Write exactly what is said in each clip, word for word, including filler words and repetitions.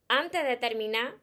Antes de terminar,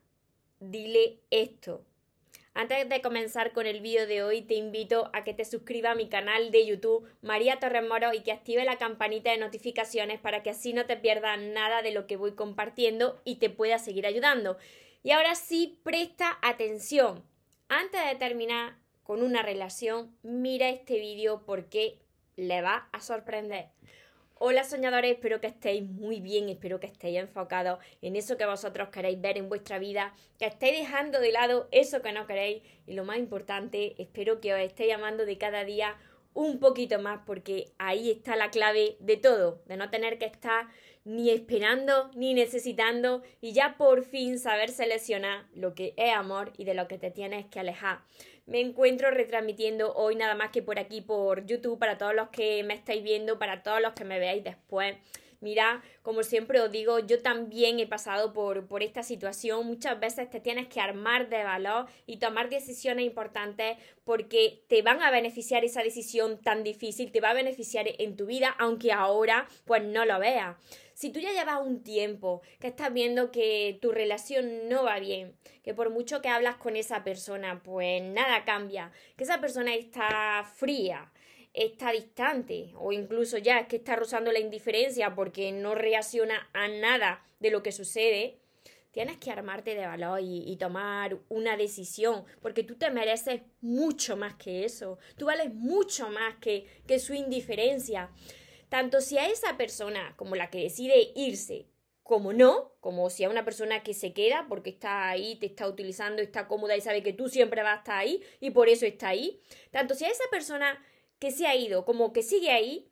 dile esto. Antes de comenzar con el vídeo de hoy, te invito a que te suscribas a mi canal de YouTube, María Torres Moro, y que active la campanita de notificaciones para que así no te pierdas nada de lo que voy compartiendo y te pueda seguir ayudando. Y ahora sí, presta atención. Antes de terminar con una relación, mira este vídeo porque le va a sorprender. Hola soñadores, espero que estéis muy bien, espero que estéis enfocados en eso que vosotros queréis ver en vuestra vida, que estéis dejando de lado eso que no queréis y lo más importante, espero que os estéis amando de cada día un poquito más porque ahí está la clave de todo, de no tener que estar ni esperando ni necesitando y ya por fin saber seleccionar lo que es amor y de lo que te tienes que alejar. Me encuentro retransmitiendo hoy nada más que por aquí, por YouTube, para todos los que me estáis viendo, para todos los que me veáis después. Mira, como siempre os digo, yo también he pasado por, por esta situación. Muchas veces te tienes que armar de valor y tomar decisiones importantes porque te van a beneficiar esa decisión tan difícil, te va a beneficiar en tu vida, aunque ahora pues no lo veas. Si tú ya llevas un tiempo que estás viendo que tu relación no va bien, que por mucho que hablas con esa persona, pues nada cambia, que esa persona está fría, está distante o incluso ya es que está rozando la indiferencia porque no reacciona a nada de lo que sucede, tienes que armarte de valor y, y tomar una decisión porque tú te mereces mucho más que eso, tú vales mucho más que, que su indiferencia. Tanto si a esa persona como la que decide irse, como no, como si a una persona que se queda porque está ahí, te está utilizando, está cómoda y sabe que tú siempre vas a estar ahí y por eso está ahí, tanto si a esa persona que se ha ido como que sigue ahí,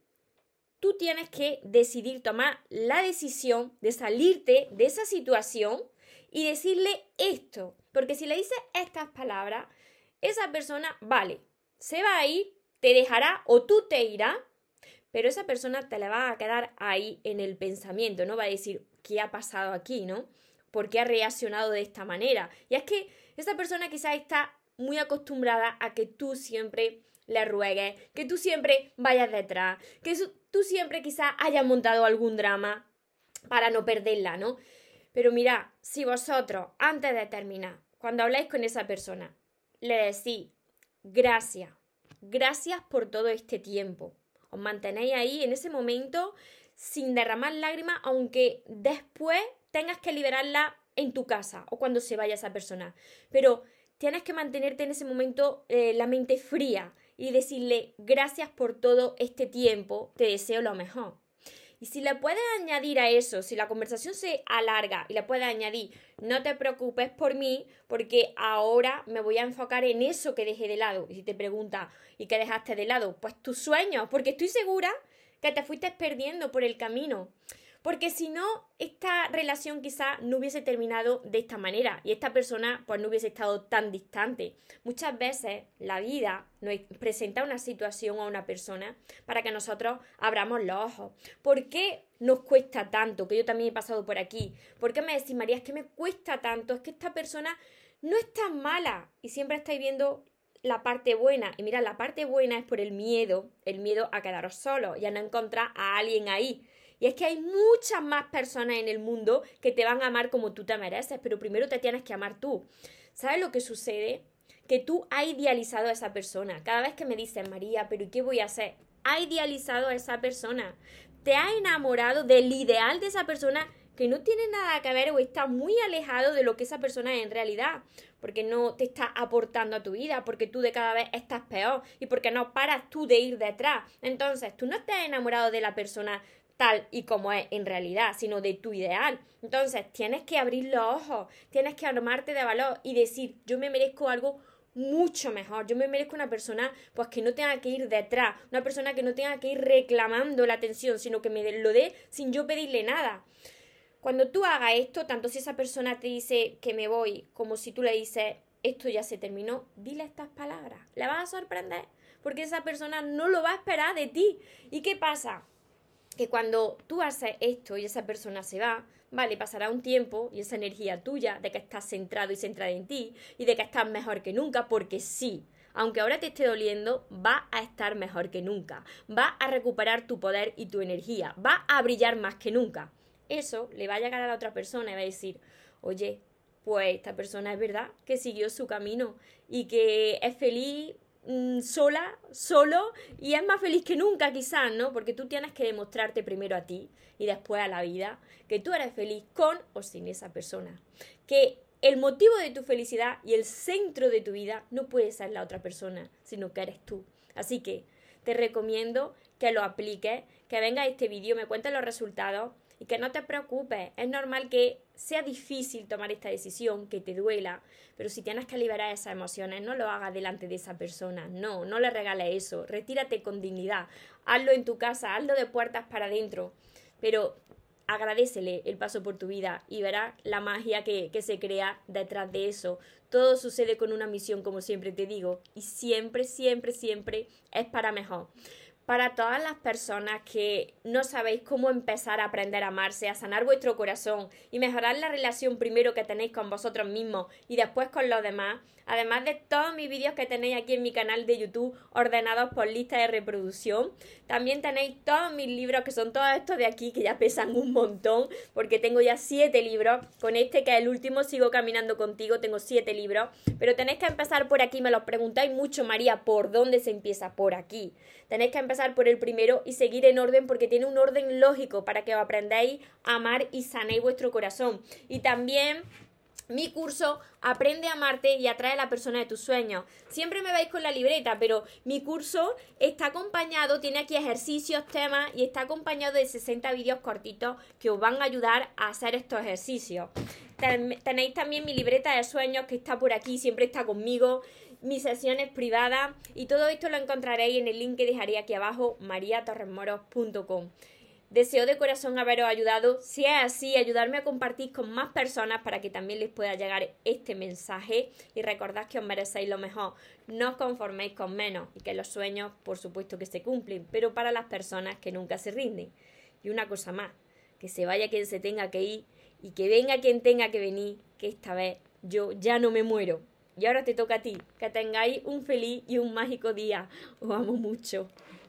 tú tienes que decidir tomar la decisión de salirte de esa situación y decirle esto, porque si le dices estas palabras, esa persona, vale, se va a ir, te dejará o tú te irás, pero esa persona te la va a quedar ahí en el pensamiento, ¿no? Va a decir, ¿qué ha pasado aquí, no? ¿Por qué ha reaccionado de esta manera? Y es que esa persona quizás está muy acostumbrada a que tú siempre le ruegues, que tú siempre vayas detrás, que tú siempre quizás hayas montado algún drama para no perderla, ¿no? Pero mira, si vosotros, antes de terminar, cuando habláis con esa persona, le decís, gracias, gracias por todo este tiempo, os mantenéis ahí en ese momento sin derramar lágrimas, aunque después tengas que liberarla en tu casa o cuando se vaya esa persona. Pero tienes que mantenerte en ese momento eh, la mente fría y decirle gracias por todo este tiempo, te deseo lo mejor. Y si le puedes añadir a eso, si la conversación se alarga y le puedes añadir, no te preocupes por mí porque ahora me voy a enfocar en eso que dejé de lado. Y si te pregunta, ¿y qué dejaste de lado? Pues tus sueños, porque estoy segura que te fuiste perdiendo por el camino. Porque si no, esta relación quizá no hubiese terminado de esta manera y esta persona pues no hubiese estado tan distante. Muchas veces la vida nos presenta una situación o una persona para que nosotros abramos los ojos. ¿Por qué nos cuesta tanto? Que yo también he pasado por aquí. ¿Por qué me decís, María, es que me cuesta tanto? Es que esta persona no es tan mala y siempre estáis viendo la parte buena. Y mira, la parte buena es por el miedo, el miedo a quedaros solos y a no encontrar a alguien ahí. Y es que hay muchas más personas en el mundo que te van a amar como tú te mereces, pero primero te tienes que amar tú. ¿Sabes lo que sucede? Que tú has idealizado a esa persona. Cada vez que me dices, María, ¿pero qué voy a hacer? Has idealizado a esa persona. Te has enamorado del ideal de esa persona que no tiene nada que ver o está muy alejado de lo que esa persona es en realidad, porque no te está aportando a tu vida, porque tú de cada vez estás peor y porque no paras tú de ir detrás. Entonces, tú no te has enamorado de la persona tal y como es en realidad, sino de tu ideal. Entonces, tienes que abrir los ojos, tienes que armarte de valor y decir, yo me merezco algo mucho mejor, yo me merezco una persona pues que no tenga que ir detrás, una persona que no tenga que ir reclamando la atención, sino que me lo dé sin yo pedirle nada. Cuando tú hagas esto, tanto si esa persona te dice que me voy, como si tú le dices, esto ya se terminó, dile estas palabras, la vas a sorprender, porque esa persona no lo va a esperar de ti. ¿Y qué pasa? Que cuando tú haces esto y esa persona se va, vale, pasará un tiempo y esa energía tuya de que estás centrado y centrada en ti y de que estás mejor que nunca, porque sí, aunque ahora te esté doliendo, va a estar mejor que nunca, va a recuperar tu poder y tu energía, va a brillar más que nunca. eso le va a llegar a la otra persona y va a decir, oye, pues esta persona es verdad que siguió su camino y que es feliz mmm, sola, solo, y es más feliz que nunca quizás, ¿no? Porque tú tienes que demostrarte primero a ti y después a la vida que tú eres feliz con o sin esa persona. Que el motivo de tu felicidad y el centro de tu vida no puede ser la otra persona, sino que eres tú. Así que te recomiendo que lo apliques, que venga a este vídeo, me cuentes los resultados y que no te preocupes. Es normal que sea difícil tomar esta decisión, que te duela, pero si tienes que liberar esas emociones, no lo hagas delante de esa persona. No, no le regales eso. Retírate con dignidad. Hazlo en tu casa, hazlo de puertas para adentro. Pero agradécele el paso por tu vida y verás la magia que, que se crea detrás de eso. Todo sucede con una misión, como siempre te digo, y siempre, siempre, siempre es para mejor. Para todas las personas que no sabéis cómo empezar a aprender a amarse, a sanar vuestro corazón y mejorar la relación primero que tenéis con vosotros mismos y después con los demás, además de todos mis vídeos que tenéis aquí en mi canal de YouTube ordenados por lista de reproducción, también tenéis todos mis libros, que son todos estos de aquí, que ya pesan un montón, porque tengo ya siete libros. Con este, que es el último, Sigo Caminando Contigo, tengo siete libros, pero tenéis que empezar por aquí. Me lo preguntáis mucho, María, ¿por dónde se empieza? Por aquí. Tenéis que empezar por el primero y seguir en orden, porque tiene un orden lógico para que os aprendáis a amar y sanéis vuestro corazón. Y también mi curso Aprende a amarte y atrae a la persona de tus sueños. Siempre me veis con la libreta, pero mi curso está acompañado, tiene aquí ejercicios, temas, y está acompañado de sesenta vídeos cortitos que os van a ayudar a hacer estos ejercicios. Ten, tenéis también mi libreta de sueños, que está por aquí, siempre está conmigo, mis sesiones privadas, y todo esto lo encontraréis en el link que dejaré aquí abajo, maria torres moros punto com. Deseo de corazón haberos ayudado. Si es así, ayudarme a compartir con más personas para que también les pueda llegar este mensaje. Y recordad que os merecéis lo mejor. No os conforméis con menos y que los sueños, por supuesto, que se cumplen, pero para las personas que nunca se rinden. Y una cosa más, que se vaya quien se tenga que ir y que venga quien tenga que venir, que esta vez yo ya no me muero. Y ahora te toca a ti. Que tengáis un feliz y un mágico día. Os amo mucho.